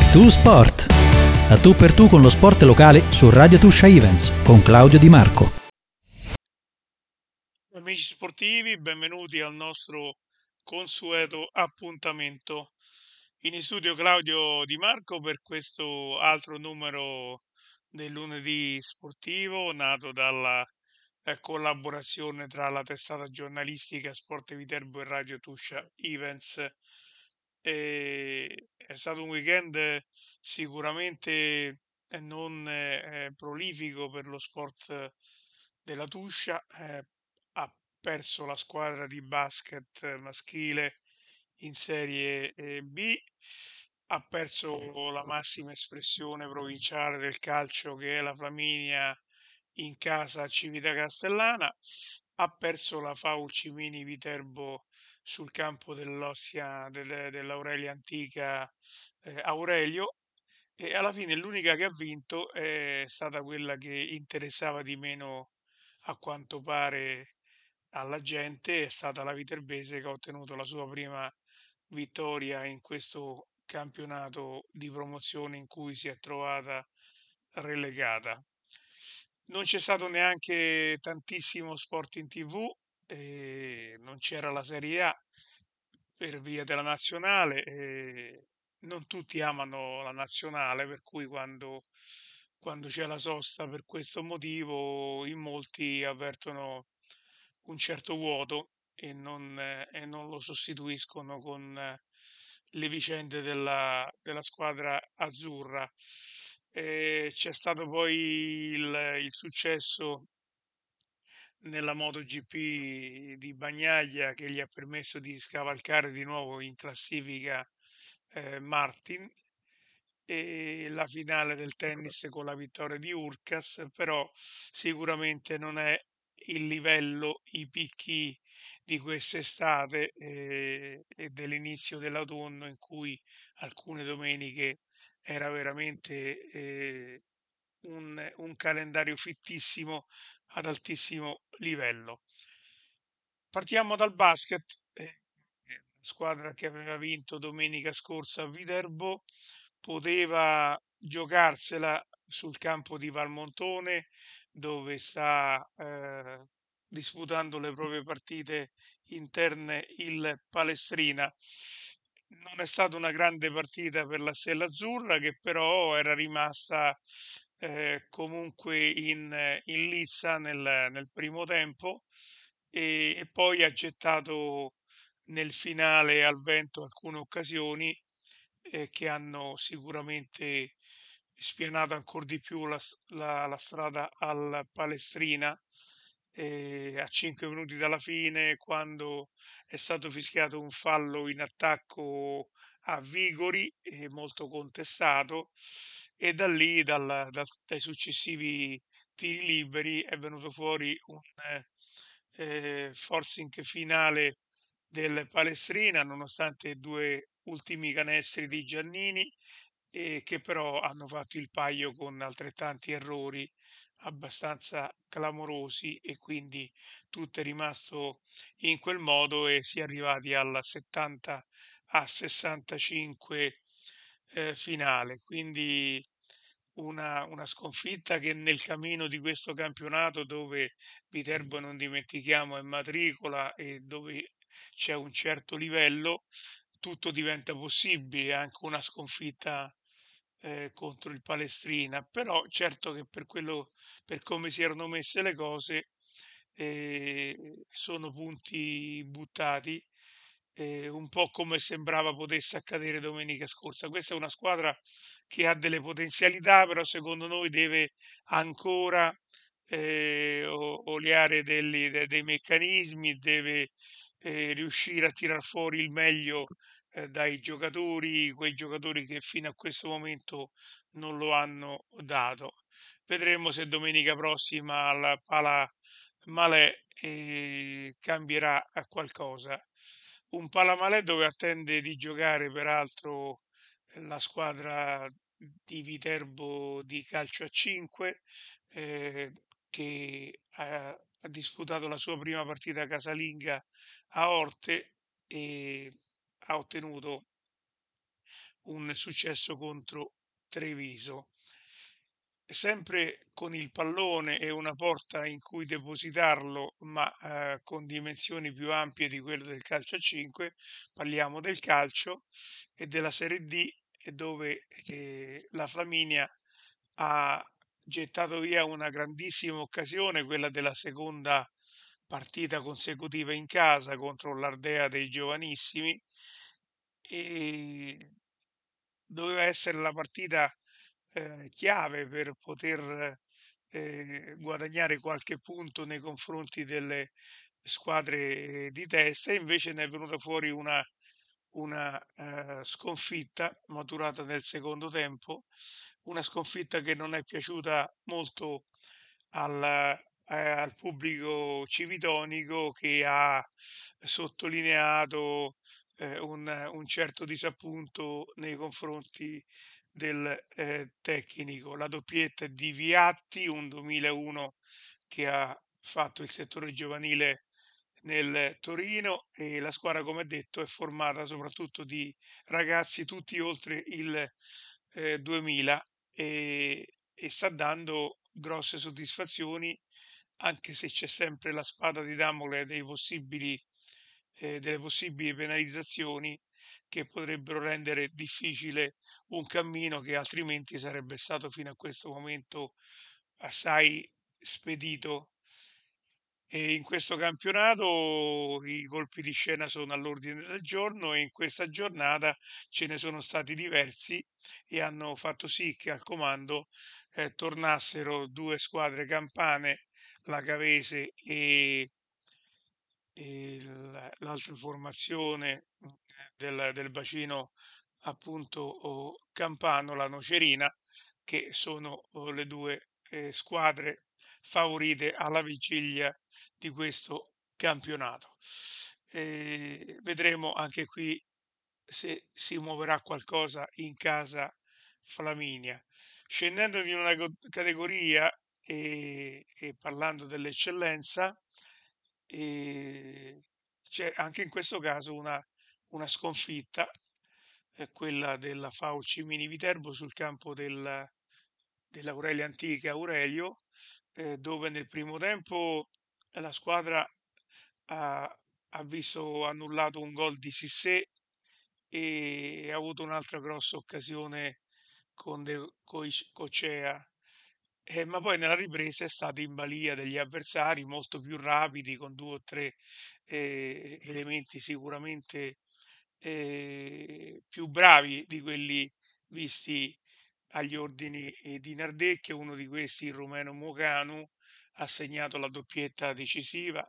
Tu Sport, a tu per tu con lo sport locale su Radio Tuscia Events con Claudio Di Marco. Amici sportivi, benvenuti al nostro consueto appuntamento. In studio Claudio Di Marco per questo altro numero del lunedì sportivo nato dalla collaborazione tra la testata giornalistica Sport Viterbo e Radio Tuscia Events. È stato un weekend sicuramente non prolifico per lo sport della Tuscia. Ha perso la squadra di basket maschile in Serie B, ha perso la massima espressione provinciale del calcio che è la Flaminia in casa a Civita Castellana, ha perso la FAU Cimini Viterbo sul campo dell'Aurelia Antica Aurelio, e alla fine l'unica che ha vinto è stata quella che interessava di meno a quanto pare alla gente, è stata la Viterbese che ha ottenuto la sua prima vittoria in questo campionato di promozione in cui si è trovata relegata. Non c'è stato neanche tantissimo sport in TV, non c'era la Serie A per via della nazionale. Non tutti amano la nazionale, per cui quando c'è la sosta per questo motivo, in molti avvertono un certo vuoto e non lo sostituiscono con le vicende della squadra azzurra. C'è stato poi il successo nella MotoGP di Bagnaia che gli ha permesso di scavalcare di nuovo in classifica Martin, e la finale del tennis con la vittoria di Urcas, però sicuramente non è il livello, i picchi di quest'estate e dell'inizio dell'autunno in cui alcune domeniche era veramente un calendario fittissimo ad altissimo livello. Partiamo dal basket, la squadra che aveva vinto domenica scorsa a Viterbo poteva giocarsela sul campo di Valmontone, dove sta disputando le proprie partite interne il Palestrina. Non è stata una grande partita per la Stella Azzurra, che però era rimasta comunque in lizza nel primo tempo, e poi ha gettato nel finale al vento alcune occasioni che hanno sicuramente spianato ancora di più la strada al Palestrina. A 5 minuti dalla fine, quando è stato fischiato un fallo in attacco a Vigori, molto contestato, e da lì, dai successivi tiri liberi, è venuto fuori un forcing finale del Palestrina, nonostante i due ultimi canestri di Giannini, che però hanno fatto il paio con altrettanti errori abbastanza clamorosi, e quindi tutto è rimasto in quel modo e si è arrivati al 70-65 finale. Quindi una sconfitta che nel cammino di questo campionato, dove Viterbo, non dimentichiamo, è matricola e dove c'è un certo livello, tutto diventa possibile, anche una sconfitta contro il Palestrina. Però certo che per come si erano messe le cose, sono punti buttati, un po' come sembrava potesse accadere domenica scorsa. Questa è una squadra che ha delle potenzialità, però secondo noi deve ancora oliare dei meccanismi, deve riuscire a tirar fuori il meglio dai giocatori, quei giocatori che fino a questo momento non lo hanno dato. Vedremo se domenica prossima alla Pala Malè cambierà a qualcosa. Un Palamalè dove attende di giocare peraltro la squadra di Viterbo di calcio a 5, che ha disputato la sua prima partita casalinga a Orte e ha ottenuto un successo contro Treviso. Sempre con il pallone e una porta in cui depositarlo, ma con dimensioni più ampie di quelle del calcio a 5, parliamo del calcio e della Serie D, dove la Flaminia ha gettato via una grandissima occasione, quella della seconda partita consecutiva in casa contro l'Ardea dei Giovanissimi, e doveva essere la partita chiave per poter guadagnare qualche punto nei confronti delle squadre di testa, e invece ne è venuta fuori una sconfitta maturata nel secondo tempo, una sconfitta che non è piaciuta molto al pubblico civitonico, che ha sottolineato un certo disappunto nei confronti del tecnico. La doppietta di Viatti, un 2001 che ha fatto il settore giovanile nel Torino, e la squadra, come detto, è formata soprattutto di ragazzi tutti oltre il 2000, e sta dando grosse soddisfazioni, anche se c'è sempre la spada di Damocle delle possibili penalizzazioni che potrebbero rendere difficile un cammino che altrimenti sarebbe stato fino a questo momento assai spedito. E in questo campionato i colpi di scena sono all'ordine del giorno, e in questa giornata ce ne sono stati diversi, e hanno fatto sì che al comando tornassero due squadre campane, la Cavese e l'altra formazione del bacino, appunto, campano, la Nocerina, che sono le due squadre favorite alla vigilia di questo campionato. Vedremo anche qui se si muoverà qualcosa in casa Flaminia. Scendendo di una categoria e parlando dell'eccellenza, c'è anche in questo caso una sconfitta, quella della FAU Cimini Viterbo sul campo dell'Aurelia Antica Aurelio, dove nel primo tempo la squadra ha visto annullato un gol di Sissé e ha avuto un'altra grossa occasione con Cocea, ma poi nella ripresa è stato in balia degli avversari molto più rapidi, con due o tre elementi sicuramente più bravi di quelli visti agli ordini di Nardecchia. Uno di questi, il rumeno Mocanu, ha segnato la doppietta decisiva,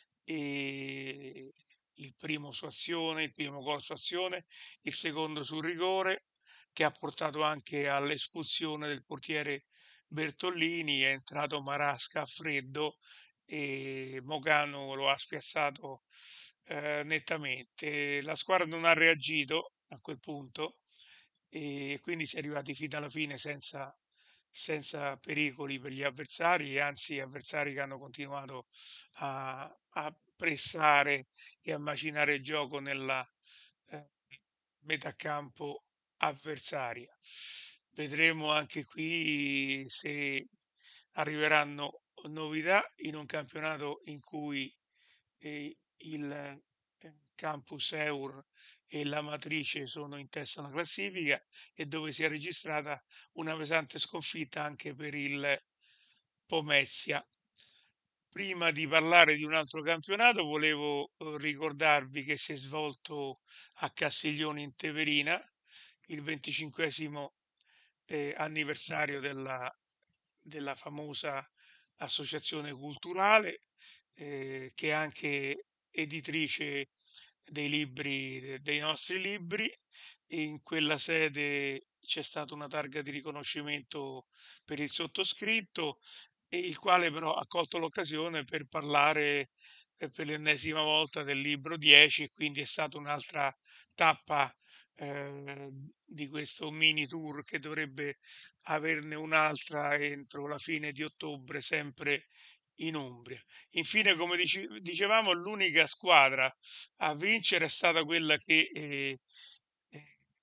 e il primo su azione, il primo gol su azione, il secondo sul rigore, che ha portato anche all'espulsione del portiere Bertollini. È entrato Marasca a freddo e Mogano lo ha spiazzato nettamente. La squadra non ha reagito a quel punto, e quindi si è arrivati fino alla fine senza pericoli per gli avversari, e anzi avversari che hanno continuato a pressare e a macinare il gioco nella eh, metà campo avversaria. Vedremo anche qui se arriveranno novità in un campionato in cui il Campus Eur e la Matrice sono in testa alla classifica, e dove si è registrata una pesante sconfitta anche per il Pomezia. Prima di parlare di un altro campionato, volevo ricordarvi che si è svolto a Castiglione in Teverina il 25° anniversario della famosa associazione culturale, che è anche editrice dei libri, dei nostri libri. In quella sede c'è stata una targa di riconoscimento per il sottoscritto, e il quale però ha colto l'occasione per parlare per l'ennesima volta del libro 10, e quindi è stata un'altra tappa di questo mini tour, che dovrebbe averne un'altra entro la fine di ottobre, sempre in Umbria. Infine, come dicevamo, l'unica squadra a vincere è stata quella che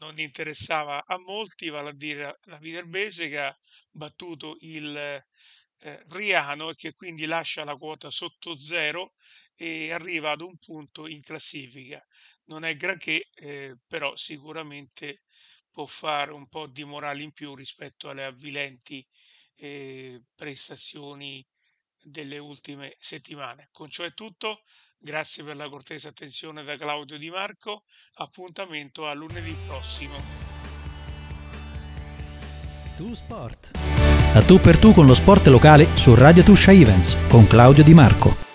non interessava a molti, vale a dire la Viterbese che ha battuto il Riano e che quindi lascia la quota sotto zero e arriva ad un punto in classifica. Non è granché, però sicuramente può fare un po' di morale in più rispetto alle avvilenti prestazioni delle ultime settimane. Con ciò è tutto, grazie per la cortese attenzione da Claudio Di Marco, appuntamento a lunedì prossimo. Tu Sport. A tu per tu con lo sport locale su Radio Tuscia Events con Claudio Di Marco.